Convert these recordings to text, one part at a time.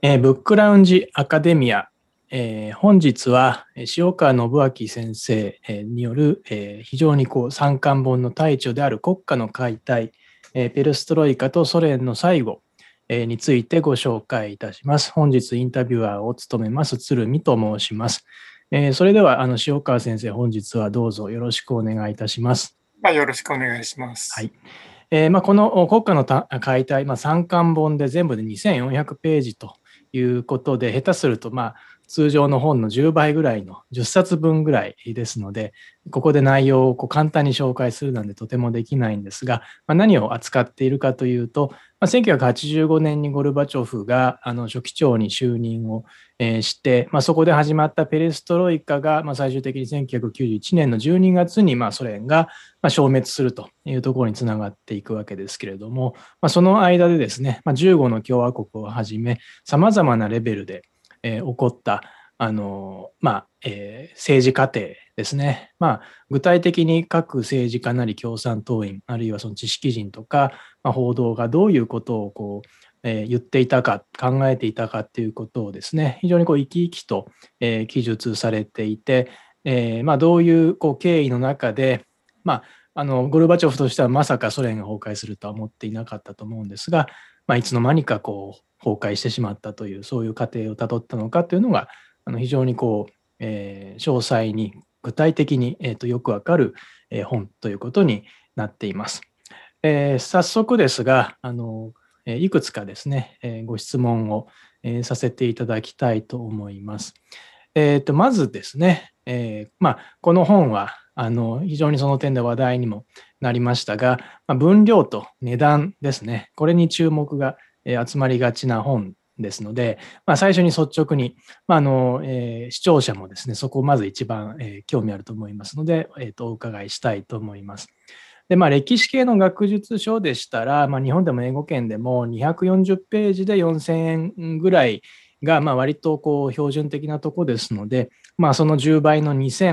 ブックラウンジアカデミア、本日は塩川信明先生による非常に三巻本の大著である国家の解体、ペレストロイカとソ連の最後についてご紹介いたします。本日インタビュアーを務めます鶴見と申します。それでは塩川先生、本日はどうぞよろしくお願いいたします。 よろしくお願いします。 はい。この国家の解体、三巻本で全部で2400ページということで、下手すると通常の本の10倍ぐらいの10冊分ぐらいですので、ここで内容を簡単に紹介するなんてとてもできないんですが、何を扱っているかというと、1985年にゴルバチョフが書記長に就任をして、そこで始まったペレストロイカが最終的に1991年の12月にソ連が消滅するというところにつながっていくわけですけれども、その間でですね、15の共和国をはじめ、さまざまなレベルで起こった政治過程ですね。具体的に各政治家なり共産党員、あるいはその知識人とか、報道がどういうことを言っていたか、考えていたかっていうことをですね、非常に生き生きと記述されていて、どういう経緯の中で、ゴルバチョフとしてはまさかソ連が崩壊するとは思っていなかったと思うんですが、いつの間にか崩壊してしまったという、そういう過程をたどったのかというのが、非常に詳細に具体的によくわかる本ということになっています。早速ですが、いくつかですね、ご質問をさせていただきたいと思います。まずですね、この本は非常にその点で話題にもなりましたが、分量と値段ですね、これに注目が集まりがちな本ですので、最初に率直に、視聴者もですね、そこをまず一番興味あると思いますので、お伺いしたいと思います。で、歴史系の学術書でしたら、日本でも英語圏でも240ページで4000円ぐらいが、割と標準的なとこですので、その10倍の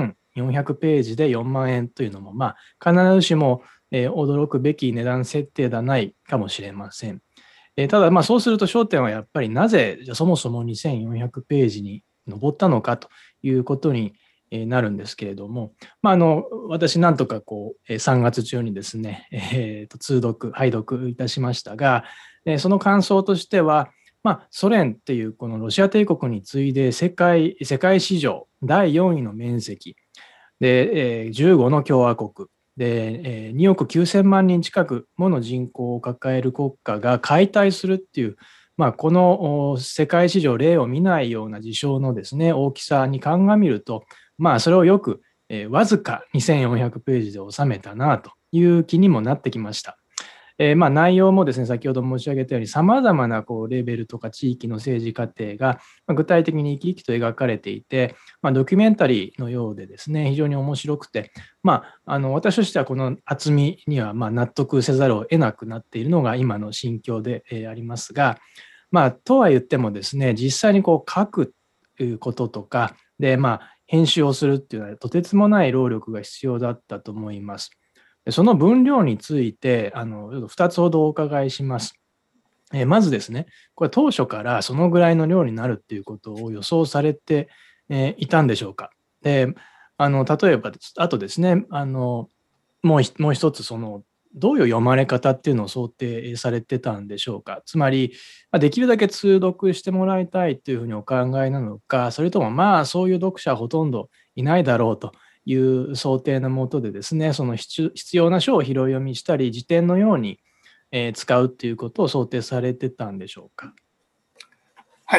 2400ページで4万円というのも、必ずしも驚くべき値段設定ではないかもしれません。ただ、そうすると焦点はやっぱりなぜそもそも2400ページに上ったのかということになるんですけれども、私なんとか3月中にですね、拝読いたしましたが、その感想としては、ソ連っていうこのロシア帝国に次いで世界史上第4位の面積で、15の共和国で、2億9000万人近くもの人口を抱える国家が解体するっていう、この世界史上例を見ないような事象のですね、大きさに鑑みると、それをよく、わずか2400ページで収めたなという気にもなってきました。内容もですね、先ほど申し上げたように、さまざまなレベルとか地域の政治過程が具体的に生き生きと描かれていて、ドキュメンタリーのようでですね、非常に面白くて、私としてはこの厚みには納得せざるを得なくなっているのが今の心境でありますが、とは言ってもですね、実際に書くこととかで、編集をするっていうのはとてつもない労力が必要だったと思います。その分量について2つほどお伺いします。まずですね、これ当初からそのぐらいの量になるっていうことを予想されていたんでしょうか。で、例えばあとですね、もう一つどういう読まれ方っていうのを想定されてたんでしょうか。つまり、できるだけ通読してもらいたいというふうにお考えなのか、それともそういう読者はほとんどいないだろうという想定のもとでですね、その必要な書を拾い読みしたり、辞典のように使うっていうことを想定されてたんでしょうか。 はい、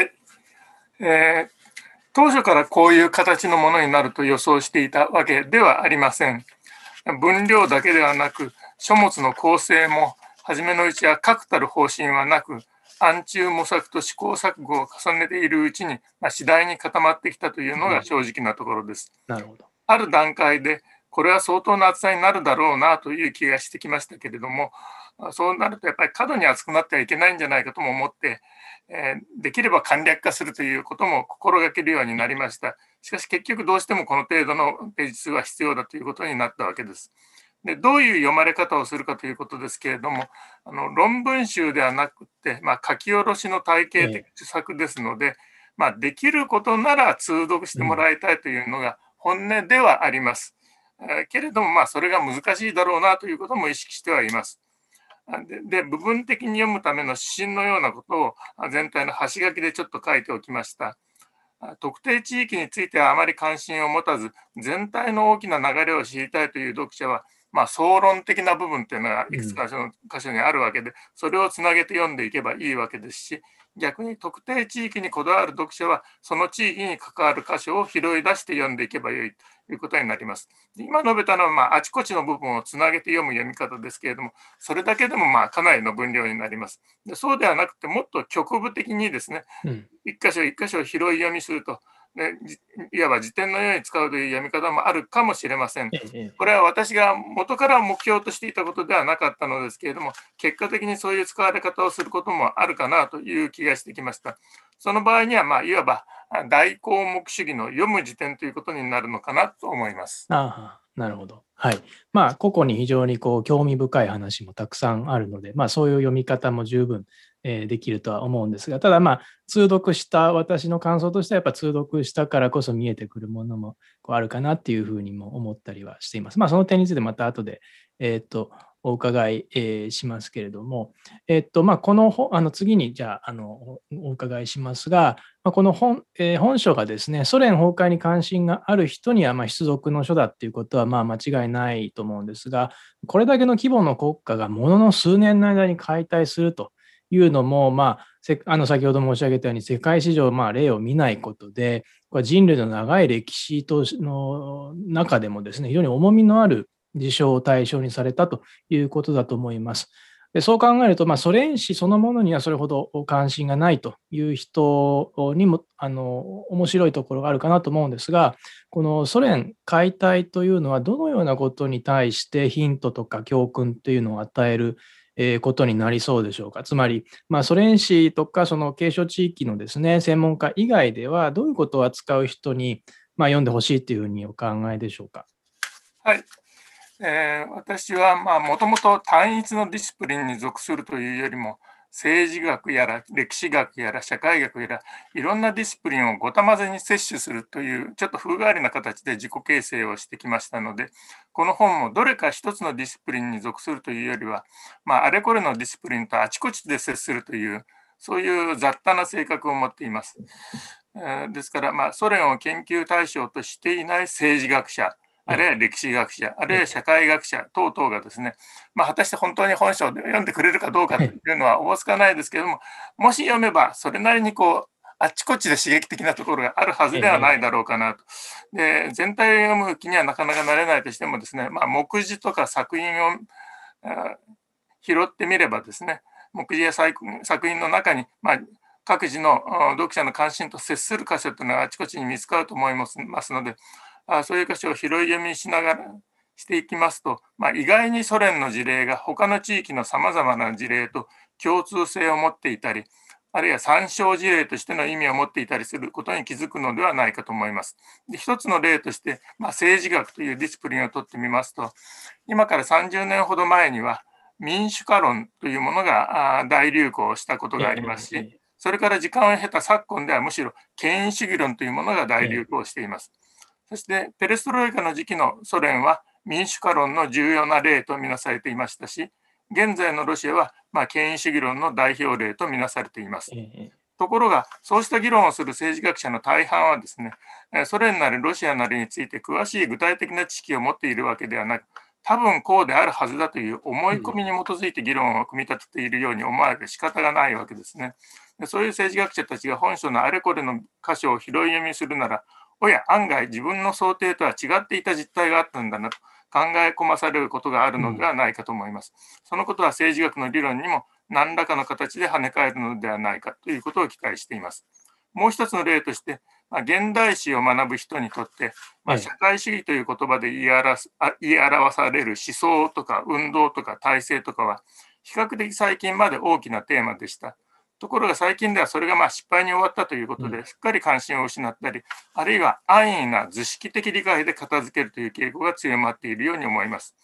当初からこういう形のものになると予想していたわけではありません。分量だけではなく、書物の構成も初めのうちは確たる方針はなく、暗中模索と試行錯誤を重ねているうちに、次第に固まってきたというのが正直なところです。 なるほど。 ある段階でこれは相当な厚さになるだろうなという気がしてきましたけれども、そうなるとやっぱり過度に厚くなってはいけないんじゃないかとも思って、できれば簡略化するということも心がけるようになりました。しかし結局どうしてもこの程度のページ数は必要だということになったわけです。 で、どういう読まれ方をするかということですけれども、論文集ではなくて、書き下ろしの体系的著作ですので、できることなら通読してもらいたいというのが本音ではあります。けれども、それが難しいだろうなということも意識してはいます。で、部分的に読むための指針のようなことを全体の端書きでちょっと書いておきました。特定地域についてはあまり関心を持たず、全体の大きな流れを知りたいという読者は、総論的な部分というのがいくつかその箇所にあるわけで、それをつなげて読んでいけばいいわけですし、逆に特定地域にこだわる読者は、その地域に関わる箇所を拾い出して読んでいけばよいということになります。今述べたのは、あちこちの部分をつなげて読む読み方ですけれども、それだけでもかなりの分量になります。で、そうではなくて、もっと局部的にですね、一箇所一箇所を拾い読みすると、いわば辞典のように使うという読み方もあるかもしれません。これは私が元から目標としていたことではなかったのですけれども、結果的にそういう使われ方をすることもあるかなという気がしてきました。その場合には、いわば大項目主義の読む辞典ということになるのかなと思います。 なるほど。はい。個々に非常に興味深い話もたくさんあるので、そういう読み方も十分できるとは思うんですが、ただ通読した私の感想としては、やっぱ通読したからこそ見えてくるものもあるかなっていうふうにも思ったりはしています。その点についてまた後で、お伺いしますけれども、この本、次にじゃあ、お伺いしますが、この本書がですね、ソ連崩壊に関心がある人には必読の書だっていうことは間違いないと思うんですが、これだけの規模の国家がものの数年の間に解体するというのも、先ほど申し上げたように世界史上例を見ないことで、これ人類の長い歴史の中でもですね、非常に重みのある事象を対象にされたということだと思います。でそう考えると、ソ連史そのものにはそれほど関心がないという人にも面白いところがあるかなと思うんですが、このソ連解体というのはどのようなことに対してヒントとか教訓というのを与えることになりそうでしょうか。つまり、ソ連史とかその継承地域のですね、専門家以外ではどういうことを扱う人に読んでほしいというふうにお考えでしょうか。 はい。私はもともと単一のディスプリンに属するというよりも、政治学やら歴史学やら社会学やらいろんなディスプリンをごたまぜに摂取するというちょっと風変わりな形で自己形成をしてきましたので、この本もどれか一つのディスプリンに属するというよりは、あれこれのディスプリンとあちこちで接するというそういう雑多な性格を持っています。ですから、ソ連を研究対象としていない政治学者、あるいは歴史学者、あるいは社会学者等々がですね、果たして本当に本書を読んでくれるかどうかというのはおぼつかないですけれども、もし読めばそれなりにあっちこっちで刺激的なところがあるはずではないだろうかなと。で、全体を読む気にはなかなかなれないとしてもですね、目次とか作品を拾ってみればですね、目次や作品の中に、各自の読者の関心と接する箇所というのがあちこちに見つかると思いますので、そういう箇所を拾い読みしながらしていきますと、意外にソ連の事例が他の地域のさまざまな事例と共通性を持っていたり、あるいは参照事例としての意味を持っていたりすることに気づくのではないかと思います。で一つの例として、政治学というディスプリンをとってみますと、今から30年ほど前には民主化論というものが大流行したことがありますし、それから時間を経た昨今ではむしろ権威主義論というものが大流行しています。そしてペレストロイカの時期のソ連は民主化論の重要な例とみなされていましたし、現在のロシアは権威主義論の代表例とみなされています。ところが、そうした議論をする政治学者の大半はですね、ソ連なりロシアなりについて詳しい具体的な知識を持っているわけではなく、多分こうであるはずだという思い込みに基づいて議論を組み立てているように思われて仕方がないわけですね。そういう政治学者たちが本書のあれこれの箇所を拾い読みするなら、おや、案外自分の想定とは違っていた実態があったんだなと考え込まされることがあるのではないかと思います。そのことは政治学の理論にも何らかの形で跳ね返るのではないかということを期待しています。もう一つの例として、現代史を学ぶ人にとって、社会主義という言葉で言い表される思想とか運動とか体制とかは、比較的最近まで大きなテーマでした。ところが最近ではそれが失敗に終わったということで、すっかり関心を失ったり、あるいは安易な図式的理解で片付けるという傾向が強まっているように思います。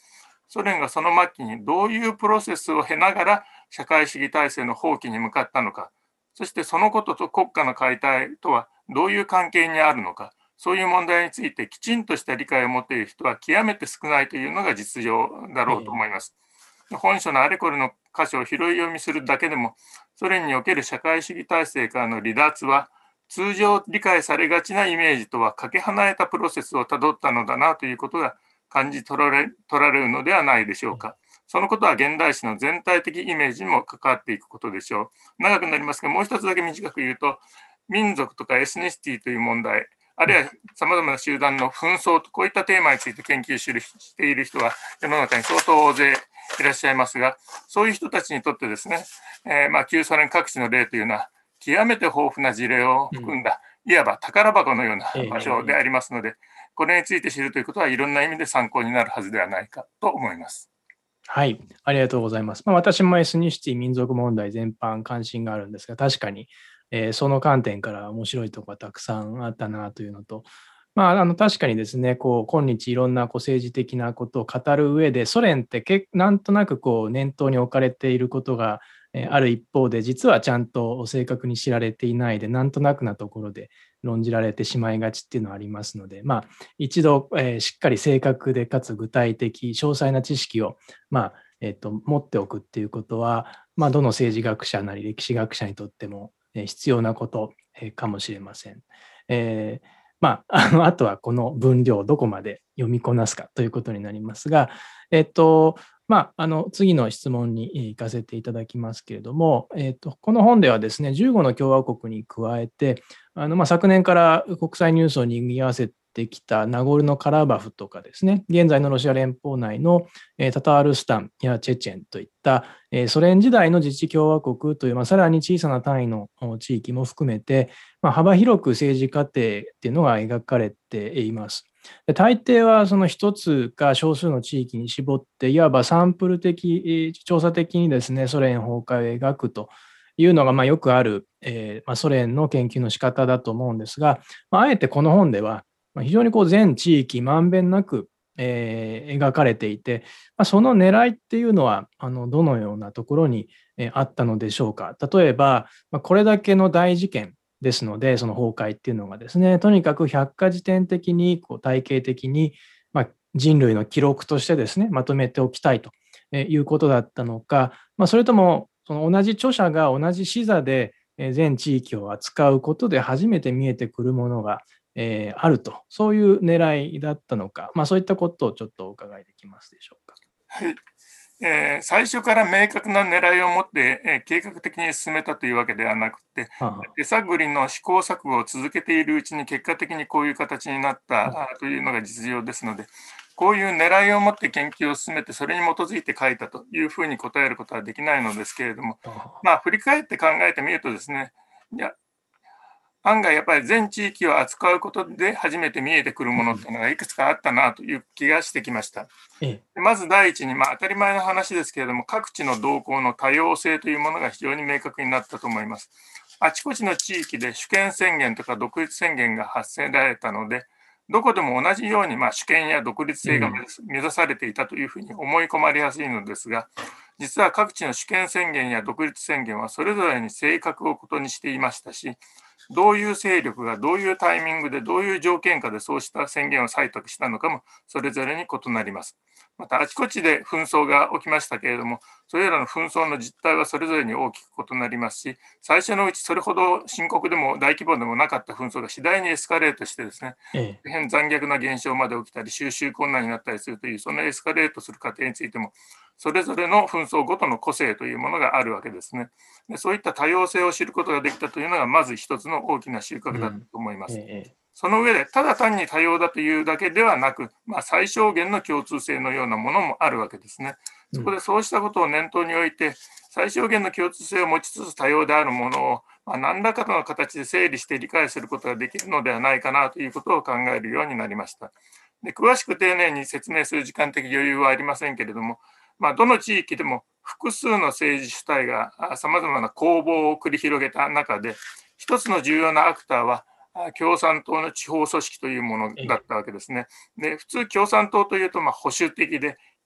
ソ連がその末期にどういうプロセスを経ながら社会主義体制の放棄に向かったのか、そしてそのことと国家の解体とはどういう関係にあるのか、そういう問題についてきちんとした理解を持っている人は極めて少ないというのが実情だろうと思います。本書のあれこれの箇所を拾い読みするだけでも、ソ連における社会主義体制からの離脱は、通常理解されがちなイメージとはかけ離れたプロセスをたどったのだなということが感じ取られるのではないでしょうか。そのことは現代史の全体的イメージにも関わっていくことでしょう。長くなりますが、もう一つだけ短く言うと、民族とかエスニシティという問題、あるいはさまざまな集団の紛争とこういったテーマについて研究している人は世の中に相当大勢いらっしゃいますが、そういう人たちにとってですね、旧ソ連各地の例というのは極めて豊富な事例を含んだ、いわば宝箱のような場所でありますので、これについて知るということはいろんな意味で参考になるはずではないかと思います。 はい、ありがとうございます。私もエスニシティ民族問題全般関心があるんですが、確かに、その観点から面白いところがたくさんあったなというのと、確かにですね、今日いろんな政治的なことを語る上で、ソ連ってなんとなく念頭に置かれていることがある一方で、実はちゃんと正確に知られていないで、なんとなくなところで論じられてしまいがちっていうのはありますので、一度、しっかり正確でかつ具体的、詳細な知識を、持っておくっていうことは、どの政治学者なり歴史学者にとっても必要なことかもしれません。あとはこの分量をどこまで読みこなすかということになりますが、次の質問に行かせていただきますけれども、この本ではですね、15の共和国に加えて、昨年から国際ニュースを賑わせてきたナゴルノカラバフとかですね、現在のロシア連邦内のタタールスタンやチェチェンといったソ連時代の自治共和国という、さらに小さな単位の地域も含めて、幅広く政治過程っていうのが描かれています。大抵はその一つか少数の地域に絞って、いわばサンプル的、調査的にですね、ソ連崩壊を描くというのがよくある、ソ連の研究の仕方だと思うんですが、あえてこの本では非常に全地域まんべんなく描かれていて、その狙いっていうのはどのようなところにあったのでしょうか。例えば、これだけの大事件ですので、その崩壊っていうのがですね、とにかく百科事典的に体系的に、人類の記録としてですね、まとめておきたいということだったのか、それともその同じ著者が同じ視座で全地域を扱うことで初めて見えてくるものがあると、そういう狙いだったのか、そういったことをちょっとお伺いできますでしょうか。 はい。最初から明確な狙いを持って、計画的に進めたというわけではなくて、手探りの試行錯誤を続けているうちに結果的にこういう形になったというのが実情ですので、こういう狙いを持って研究を進めて、それに基づいて書いたというふうに答えることはできないのですけれども、振り返って考えてみるとですね、案外やっぱり全地域を扱うことで初めて見えてくるものっていうのがいくつかあったなという気がしてきました。まず第一に、当たり前の話ですけれども、各地の動向の多様性というものが非常に明確になったと思います。あちこちの地域で主権宣言とか独立宣言が発せられたので、どこでも同じように主権や独立性が目指されていたというふうに思い込まれやすいのですが、実は各地の主権宣言や独立宣言はそれぞれに性格を異にしていましたし、どういう勢力がどういうタイミングでどういう条件下でそうした宣言を採択したのかもそれぞれに異なります。またあちこちで紛争が起きましたけれども、それらの紛争の実態はそれぞれに大きく異なりますし、最初のうちそれほど深刻でも大規模でもなかった紛争が次第にエスカレートしてですね、大変残虐な現象まで起きたり、収拾困難になったりするという、そのエスカレートする過程についても、それぞれの紛争ごとの個性というものがあるわけですね。でそういった多様性を知ることができたというのが、まず一つの大きな収穫だと思います。その上で、ただ単に多様だというだけではなく、最小限の共通性のようなものもあるわけですね。そこでそうしたことを念頭に置いて、最小限の共通性を持ちつつ多様であるものを、何らかの形で整理して理解することができるのではないかなということを考えるようになりました。で詳しく丁寧に説明する時間的余裕はありませんけれども、どの地域でも複数の政治主体がさまざまな攻防を繰り広げた中で、一つの重要なアクターは共産党の地方組織というものだったわけですね。で普通、共産党というと保守的で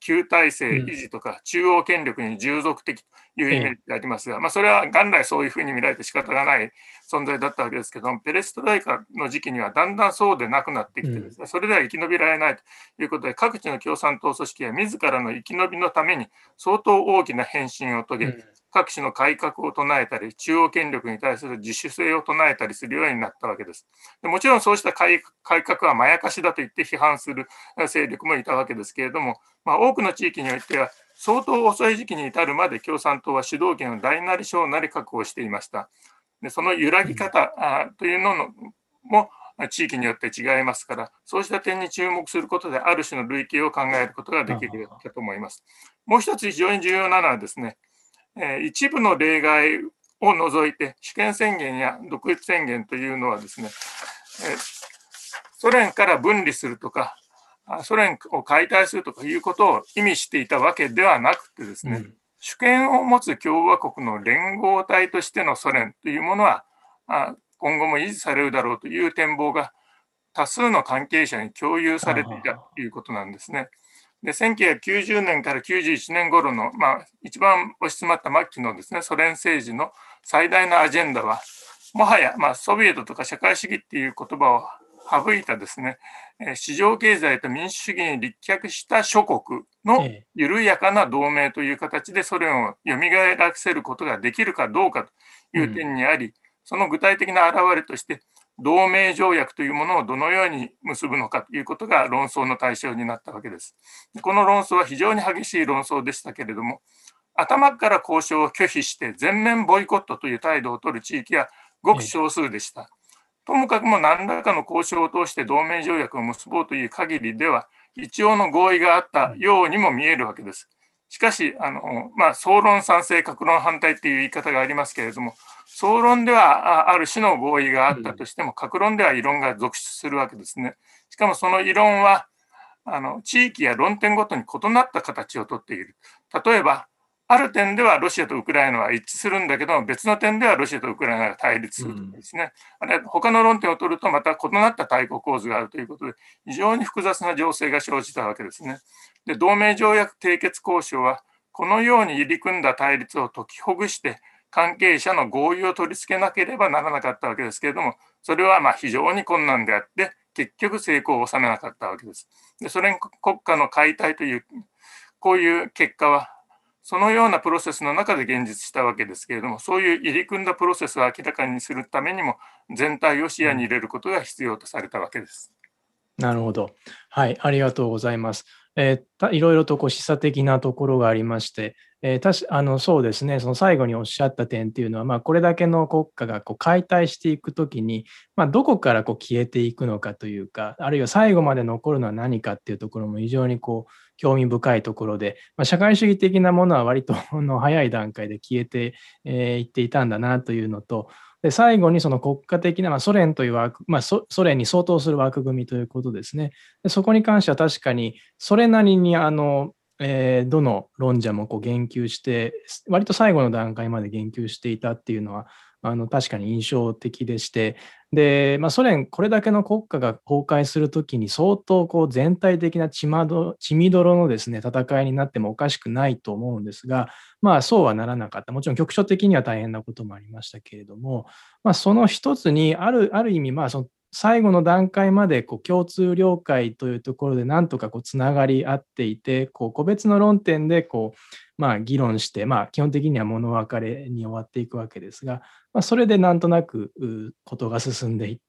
旧体制維持とか中央権力に従属的というイメージがありますが、それは元来そういうふうに見られて仕方がない存在だったわけですけども、ペレストライカの時期にはだんだんそうでなくなってきてですね、それでは生き延びられないということで、各地の共産党組織は自らの生き延びのために相当大きな変身を遂げ、各種の改革を唱えたり、中央権力に対する自主性を唱えたりするようになったわけです。もちろんそうした改革はまやかしだと言って批判する勢力もいたわけですけれども、多くの地域においては、相当遅い時期に至るまで共産党は主導権を大なり小なり確保していました。でその揺らぎ方というのも地域によって違いますから、そうした点に注目することで、ある種の類型を考えることができるかと思います。もう一つ非常に重要なのはですね、一部の例外を除いて、主権宣言や独立宣言というのはですね、ソ連から分離するとか、ソ連を解体するとかいうことを意味していたわけではなくてですね、主権を持つ共和国の連合体としてのソ連というものは、今後も維持されるだろうという展望が多数の関係者に共有されていたということなんですね。で1990年から91年頃の、一番押し詰まった末期のですね、ソ連政治の最大のアジェンダは、もはや、ソビエトとか社会主義っていう言葉を省いたですね、市場経済と民主主義に立脚した諸国の緩やかな同盟という形でソ連を蘇らせることができるかどうかという点にあり、その具体的な表れとして、同盟条約というものをどのように結ぶのかということが論争の対象になったわけです。この論争は非常に激しい論争でしたけれども、頭から交渉を拒否して全面ボイコットという態度を取る地域はごく少数でした。ともかくも何らかの交渉を通して同盟条約を結ぼうという限りでは、一応の合意があったようにも見えるわけです。しかし、総論賛成、各論反対という言い方がありますけれども、総論ではある種の合意があったとしても、各論では異論が続出するわけですね。しかもその異論は、地域や論点ごとに異なった形をとっている。例えば、ある点ではロシアとウクライナは一致するんだけど、別の点ではロシアとウクライナが対立するとかですね。あるいは他の論点を取るとまた異なった対抗構図があるということで、非常に複雑な情勢が生じたわけですね。で、同盟条約締結交渉は、このように入り組んだ対立を解きほぐして、関係者の合意を取り付けなければならなかったわけですけれども、それは非常に困難であって、結局成功を収めなかったわけです。で、ソ連国家の解体という、こういう結果は、そのようなプロセスの中で現実したわけですけれども、そういう入り組んだプロセスを明らかにするためにも、全体を視野に入れることが必要とされたわけです。 なるほど。はい、ありがとうございます。いろいろと示唆的なところがありまして、そうですね、その最後におっしゃった点っていうのは、これだけの国家が解体していくときに、どこから消えていくのかというか、あるいは最後まで残るのは何かっていうところも非常に興味深いところで、社会主義的なものは割と早い段階で消えていっていたんだなというのと、で最後にその国家的な、ソ連というソ連に相当する枠組みということですね。でそこに関しては確かにそれなりにどの論者も言及して、割と最後の段階まで言及していたっていうのは確かに印象的でして、で、ソ連、これだけの国家が崩壊するときに相当全体的な血みどろのですね、戦いになってもおかしくないと思うんですが、そうはならなかった。もちろん局所的には大変なこともありましたけれども、その一つにある意味、その最後の段階まで共通了解というところでなんとかつながり合っていて、個別の論点で議論して、基本的には物別れに終わっていくわけですが、それでなんとなくことが進んでいって、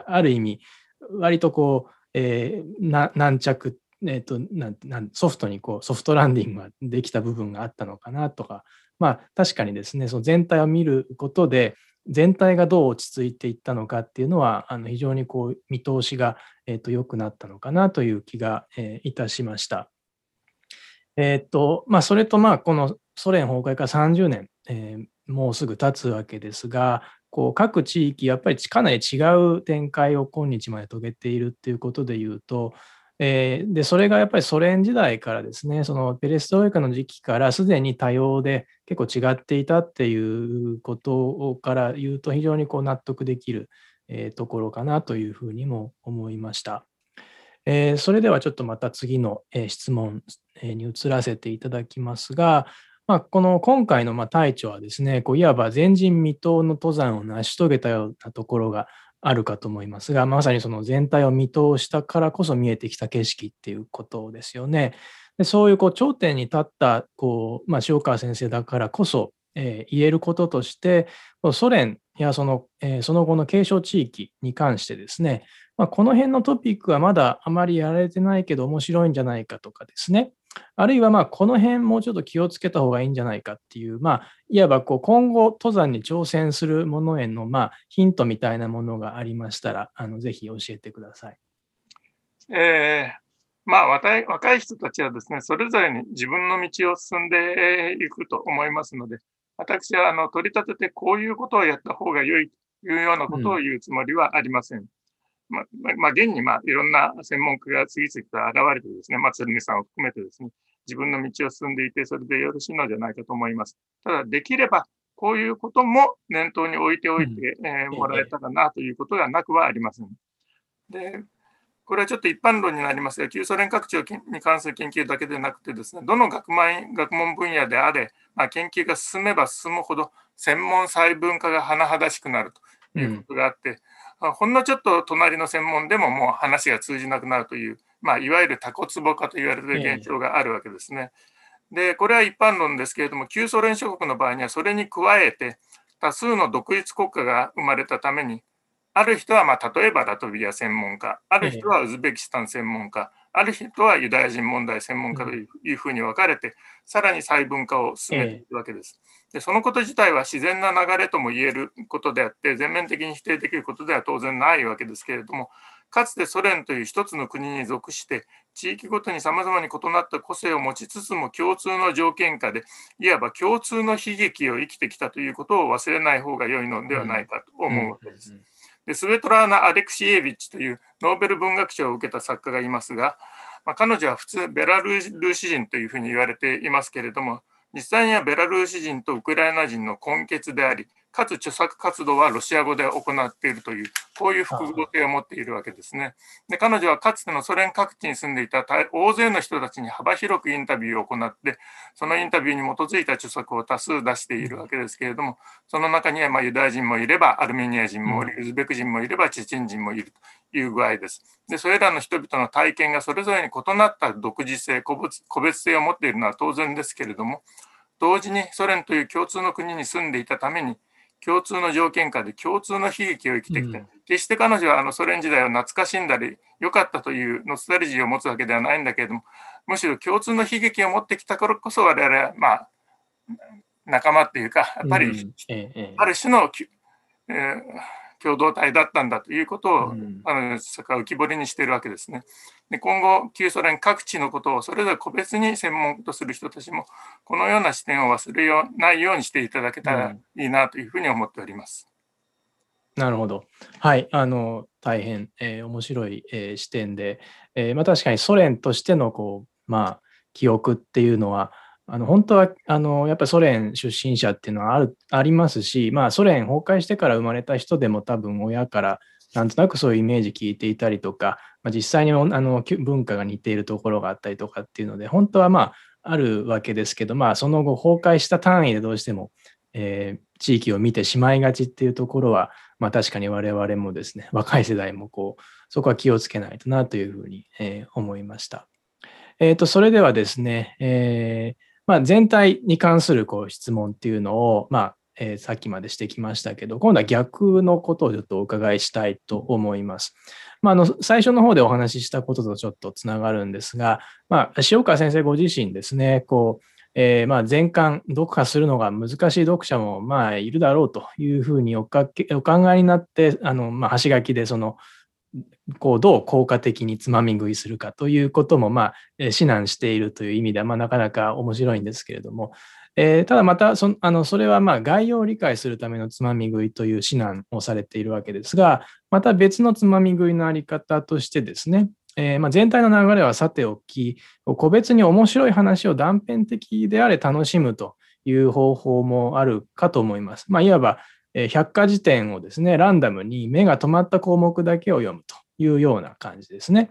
ある意味割と軟着、ソフトにソフトランディングができた部分があったのかなとか、確かにですね、その全体を見ることで全体がどう落ち着いていったのかっていうのは非常に見通しが良くなったのかなという気がいたしました。それとこのソ連崩壊から30年、もうすぐ経つわけですが、各地域やっぱりかなり違う展開を今日まで遂げているっていうことでいうと、でそれがやっぱりソ連時代からですね、そのペレストロイカの時期からすでに多様で結構違っていたっていうことから言うと、非常に納得できるところかなというふうにも思いました。 それではちょっとまた次の質問に移らせていただきますが、この今回の大著はですね、いわば前人未到の登山を成し遂げたようなところがあるかと思いますが、まさにその全体を見通したからこそ見えてきた景色っていうことですよね。でそういう頂点に立った塩川先生だからこそ、言えることとして、ソ連やその後の継承地域に関してですね、この辺のトピックはまだあまりやられてないけど面白いんじゃないかとかですね、あるいはこの辺もうちょっと気をつけた方がいいんじゃないかっていう、いわば今後登山に挑戦するものへのヒントみたいなものがありましたら、ぜひ教えてください。 若い人たちはですね、それぞれに自分の道を進んでいくと思いますので、私は取り立ててこういうことをやった方が良いというようなことを言うつもりはありません。現にいろんな専門家が次々と現れてですね、鶴見さんを含めてですね、自分の道を進んでいて、それでよろしいのではないかと思います。ただ、できれば、こういうことも念頭に置いておいてもらえたらなということがなくはありません。で、これはちょっと一般論になりますが、旧ソ連拡張に関する研究だけでなくてですね、どの学問分野であれ、研究が進めば進むほど専門細分化が甚だしくなるということがあって、ほんのちょっと隣の専門でももう話が通じなくなるという、いわゆるタコツボ化と言われる現象があるわけですね。で、これは一般論ですけれども、旧ソ連諸国の場合にはそれに加えて、多数の独立国家が生まれたために、ある人は例えばラトビア専門家、ある人はウズベキスタン専門家、ある人はユダヤ人問題専門家というふうに分かれて、さらに細分化を進めていくわけです。で、そのこと自体は自然な流れとも言えることであって、全面的に否定できることでは当然ないわけですけれども、かつてソ連という一つの国に属して、地域ごとに様々に異なった個性を持ちつつも共通の条件下で、いわば共通の悲劇を生きてきたということを忘れない方が良いのではないかと思うわけです。でスヴェトラーナ・アレクシエービッチというノーベル文学賞を受けた作家がいますが、彼女は普通ベラルーシ人というふうに言われていますけれども、実際にはベラルーシ人とウクライナ人の混血であり、かつ著作活動はロシア語で行っているという、こういう複合性を持っているわけですね。で、彼女はかつてのソ連各地に住んでいた大勢の人たちに幅広くインタビューを行って、そのインタビューに基づいた著作を多数出しているわけですけれども、その中にはユダヤ人もいれば、アルメニア人もいる、ウズベク人もいれば、チェチェン人もいるという具合です。で、それらの人々の体験がそれぞれに異なった独自性、個別性を持っているのは当然ですけれども、同時にソ連という共通の国に住んでいたために、共通の条件下で共通の悲劇を生きてきて、決して彼女はソ連時代を懐かしんだり、良かったというノスタルジーを持つわけではないんだけれども、むしろ共通の悲劇を持ってきたからこそ我々は、仲間っていうか、やっぱり、ある種の、共同体だったんだということを、浮き彫りにしているわけですね。で今後、旧ソ連各地のことをそれぞれ個別に専門とする人たちも、このような視点を忘れないようにしていただけたらいいなというふうに思っております。 なるほど。はい。大変、面白い、視点で、確かにソ連としての記憶っていうのは、本当はやっぱりソ連出身者っていうのはありますし、ソ連崩壊してから生まれた人でも多分親からなんとなくそういうイメージ聞いていたりとか、実際に文化が似ているところがあったりとかっていうので、本当はあるわけですけど、その後崩壊した単位でどうしても、地域を見てしまいがちっていうところは、確かに我々もですね、若い世代もそこは気をつけないとなというふうに、思いました。それではですね、全体に関する質問っていうのを、さっきまでしてきましたけど、今度は逆のことをちょっとお伺いしたいと思います。最初の方でお話ししたこととちょっとつながるんですが、塩川先生ご自身ですね、全巻読破するのが難しい読者もいるだろうというふうにお考えになって、端書きでどう効果的につまみ食いするかということも指南しているという意味ではなかなか面白いんですけれども、ただまたそれは概要を理解するためのつまみ食いという指南をされているわけですが、また別のつまみ食いのあり方としてですね、全体の流れはさておき、個別に面白い話を断片的であれ楽しむという方法もあるかと思います。いわば百科事典をですね、ランダムに目が止まった項目だけを読むというような感じですね。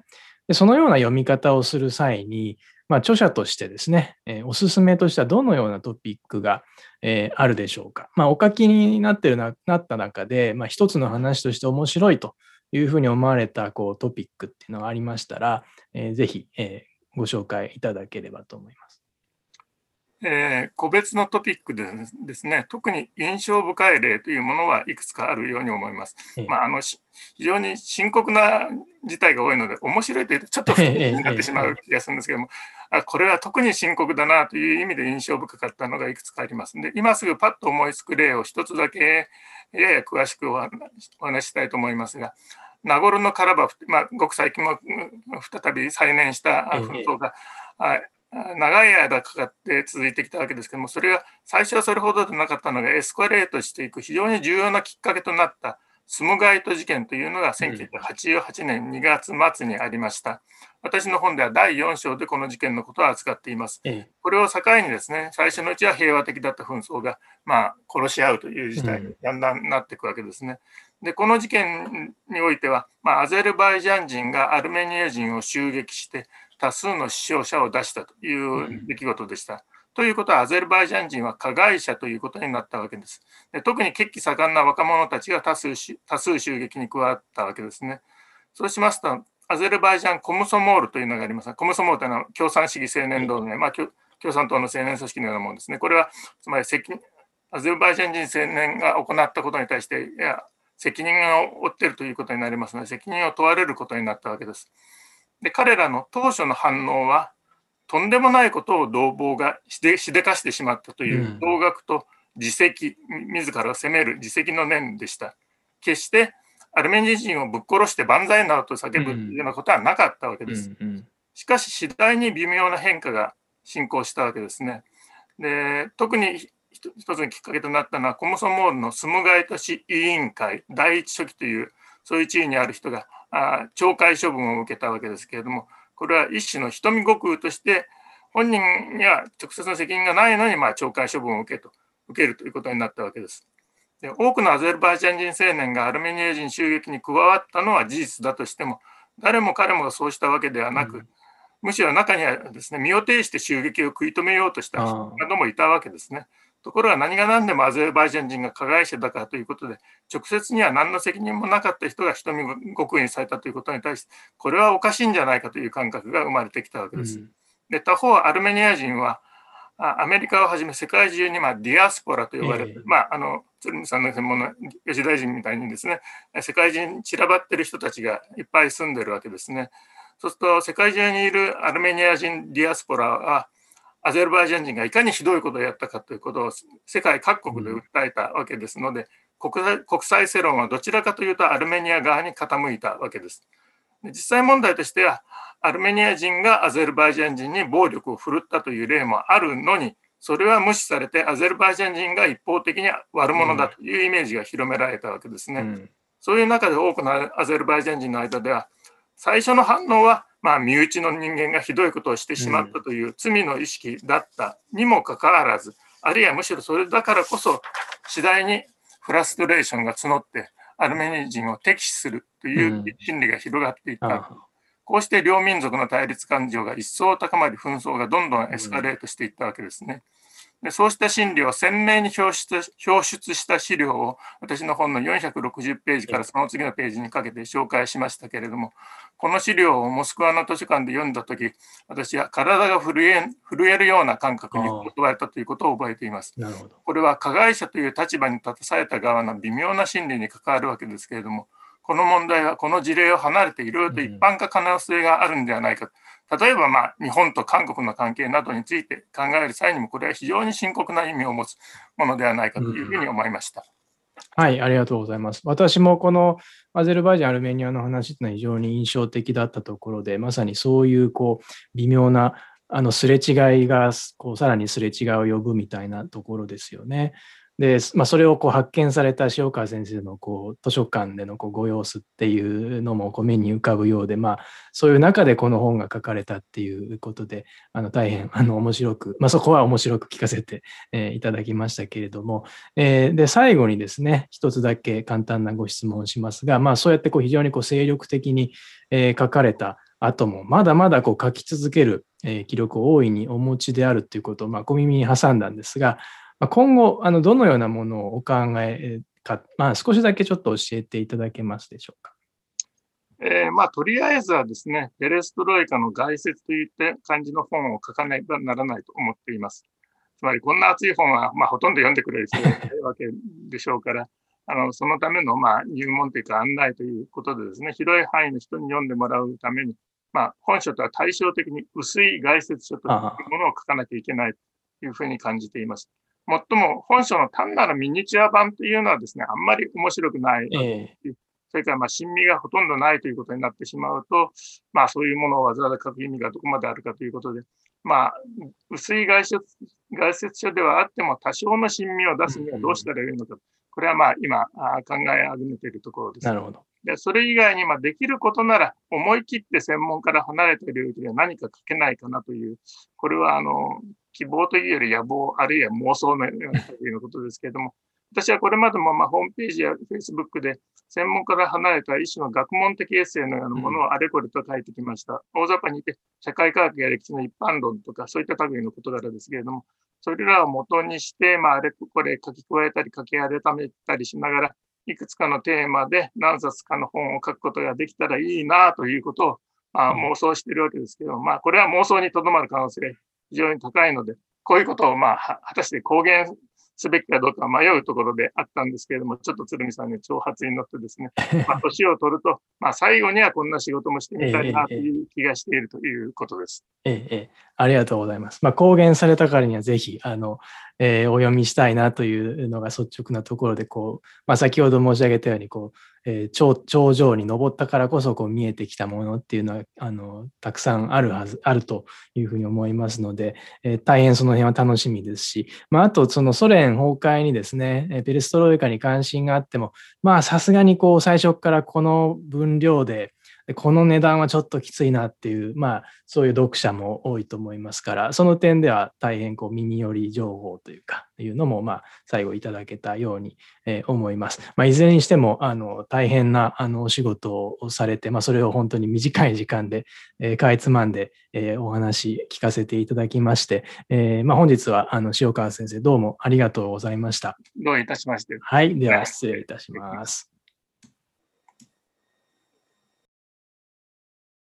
でそのような読み方をする際に、著者としてですね、おすすめとしてはどのようなトピックが、あるでしょうか。お書きになった中で、一つの話として面白いというふうに思われたトピックっていうのがありましたら、ぜひ、ご紹介いただければと思います。 個別のトピックでですね、特に印象深い例というものはいくつかあるように思います。非常に深刻な事態が多いので、面白いというとちょっと不謹になってしまう気がするんですけども、これは特に深刻だなという意味で印象深かったのがいくつかありますので、今すぐパッと思いつく例を一つだけやや詳しくお話ししたいと思いますが、ナゴルノカラバフ、ごく最近も再び再燃した紛争が、長い間かかって続いてきたわけですけども、それが最初はそれほどでなかったのがエスカレートしていく非常に重要なきっかけとなったスムガイト事件というのが1988年2月末にありました。私の本では第4章でこの事件のことを扱っています。これを境にですね、最初のうちは平和的だった紛争が、殺し合うという事態にだんだんなっていくわけですね。で、この事件においては、アゼルバイジャン人がアルメニア人を襲撃して、多数の死傷者を出したという出来事でした。ということは、アゼルバイジャン人は加害者ということになったわけです。で、特に血気盛んな若者たちが多数襲撃に加わったわけですね。そうしますと、アゼルバイジャンコムソモールというのがあります。コムソモールというのは共産主義青年同盟、共産党の青年組織のようなものですね。これは、つまりアゼルバイジャン人青年が行ったことに対して、責任を負っているということになりますので、責任を問われることになったわけです。で、彼らの当初の反応は、とんでもないことを同胞がしでかしてしまったという同学と自責、自らを責める自責の念でした。決してアルメニア人をぶっ殺して万歳などと叫ぶというようなことはなかったわけです。しかし次第に微妙な変化が進行したわけですね。で、特に一つのきっかけとなったのは、コムソモールのスムガイト市委員会第一書記という、そういう地位にある人が懲戒処分を受けたわけですけれども、これは一種の瞳悟空として、本人には直接の責任がないのに、懲戒処分を受けるということになったわけです。で、多くのアゼルバイジャン人青年がアルメニア人襲撃に加わったのは事実だとしても、誰も彼もがそうしたわけではなく、むしろ中にはですね、身を挺して襲撃を食い止めようとした人などもいたわけですね。ところが何が何でもアゼルバイジャン人が加害者だからということで、直接には何の責任もなかった人が瞳悟空にされたということに対して、これはおかしいんじゃないかという感覚が生まれてきたわけです。で、他方、アルメニア人は、アメリカをはじめ世界中にディアスポラと呼ばれる、鶴見さんの専門の吉大臣みたいにですね、世界中に散らばっている人たちがいっぱい住んでるわけですね。そうすると、世界中にいるアルメニア人ディアスポラは、アゼルバイジャン人がいかにひどいことをやったかということを世界各国で訴えたわけですので、国際世論はどちらかというとアルメニア側に傾いたわけです。実際問題としては、アルメニア人がアゼルバイジャン人に暴力を振るったという例もあるのに、それは無視されて、アゼルバイジャン人が一方的に悪者だというイメージが広められたわけですね。そういう中で多くのアゼルバイジャン人の間では、最初の反応は、身内の人間がひどいことをしてしまったという罪の意識だったにもかかわらず、あるいはむしろそれだからこそ、次第にフラストレーションが募って、アルメニア人を敵視するという心理が広がっていった。こうして両民族の対立感情が一層高まり、紛争がどんどんエスカレートしていったわけですね。で、そうした心理を鮮明に表出した資料を私の本の460ページからその次のページにかけて紹介しましたけれども、この資料をモスクワの図書館で読んだとき、私は体が震えるような感覚に襲われたということを覚えています。これは加害者という立場に立たされた側の微妙な心理に関わるわけですけれども、この問題はこの事例を離れていろいろと一般化可能性があるんではないか。例えば、日本と韓国の関係などについて考える際にも、これは非常に深刻な意味を持つものではないかというふうに思いました。 はい、ありがとうございます。私もこのアゼルバイジャン、アルメニアの話というのは非常に印象的だったところで、まさにそういう微妙なすれ違いがさらにすれ違いを呼ぶみたいなところですよね。で、それを発見された塩川先生の図書館でのご様子っていうのも目に浮かぶようで、そういう中でこの本が書かれたっていうことで、大変面白く、そこは面白く聞かせていただきましたけれども、で、最後にですね、一つだけ簡単なご質問をしますが、そうやって非常に精力的に書かれた後もまだまだこう書き続ける、記録を大いにお持ちであるということを、小耳に挟んだんですが、今後どのようなものをお考えか、少しだけちょっと教えていただけますでしょうか。 とりあえずはですね、ペレストロイカの概説といった感じの本を書かねばならないと思っています。つまり、こんな熱い本は、ほとんど読んでくれる人がいないわけでしょうから、そのための、入門というか案内ということでですね、広い範囲の人に読んでもらうために、本書とは対照的に薄い概説書というものを書かなきゃいけないというふうに感じています。もっとも、本書の単なるミニチュア版というのはですね、あんまり面白くない。それから親身がほとんどないということになってしまうと、そういうものをわざわざ書く意味がどこまであるかということで、薄い概説書ではあっても多少の親身を出すにはどうしたらいいのか、これは今考え始めているところです。 なるほど。 でそれ以外にできることなら思い切って専門から離れた領域で何か書けないかなという、これは希望というより野望、あるいは妄想のようなことですけれども、私はこれまでもホームページや Facebook で専門から離れた一種の学問的エッセイのようなものをあれこれと書いてきました。大雑把に言って社会科学や歴史の一般論とかそういった類の事柄ですけれども、それらを元にして、あれこれ書き加えたり書き改めたりしながら、いくつかのテーマで何冊かの本を書くことができたらいいなということを、妄想しているわけですけど、これは妄想にとどまる可能性が非常に高いので、こういうことを果たして公言すべきかどうか迷うところであったんですけれども、ちょっと鶴見さんに挑発に乗ってですね、年を取ると、最後にはこんな仕事もしてみたいなという気がしているということです。 ありがとうございます。公言されたからにはぜひお読みしたいなというのが率直なところで、先ほど申し上げたように頂上に登ったからこそ見えてきたものっていうのはたくさんあるというふうに思いますので、大変その辺は楽しみですし、あとそのソ連崩壊にですね、ペレストロイカに関心があっても、さすがに最初からこの分量でこの値段はちょっときついなっていう、そういう読者も多いと思いますから、その点では大変耳寄り情報というのも最後いただけたように思います。いずれにしても大変なお仕事をされて、それを本当に短い時間でかいつまんでお話聞かせていただきまして、本日は塩川先生どうもありがとうございました。 どういたしまして。 はい、では失礼いたします。